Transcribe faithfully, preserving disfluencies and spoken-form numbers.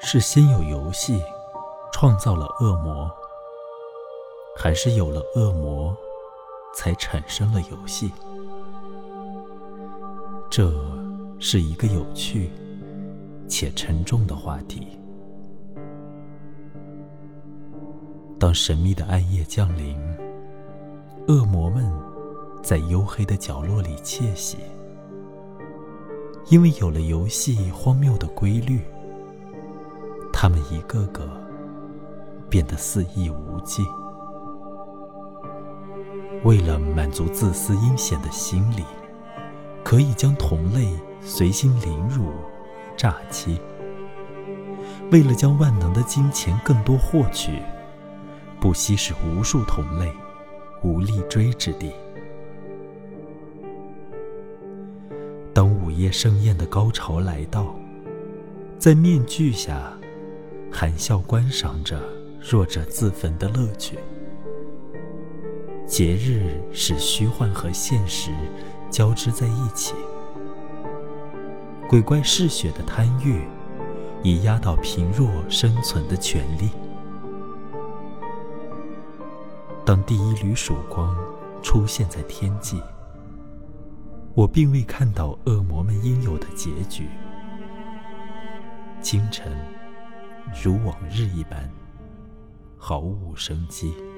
是先有游戏创造了恶魔，还是有了恶魔才产生了游戏？这是一个有趣且沉重的话题。当神秘的暗夜降临，恶魔们在黝黑的角落里窃喜，因为有了游戏荒谬的规律，他们一个个变得肆意无忌。为了满足自私阴险的心理，可以将同类随心凌辱、诈欺；为了将万能的金钱更多获取，不惜使无数同类无立锥之地。当午夜盛宴的高潮来到，在面具下含笑观赏着弱者自焚的乐趣。节日使虚幻和现实交织在一起，鬼怪嗜血的贪欲已压倒贫弱生存的权利。当第一缕曙光出现在天际，我并未看到恶魔们应有的结局。清晨如往日一般，毫无生机。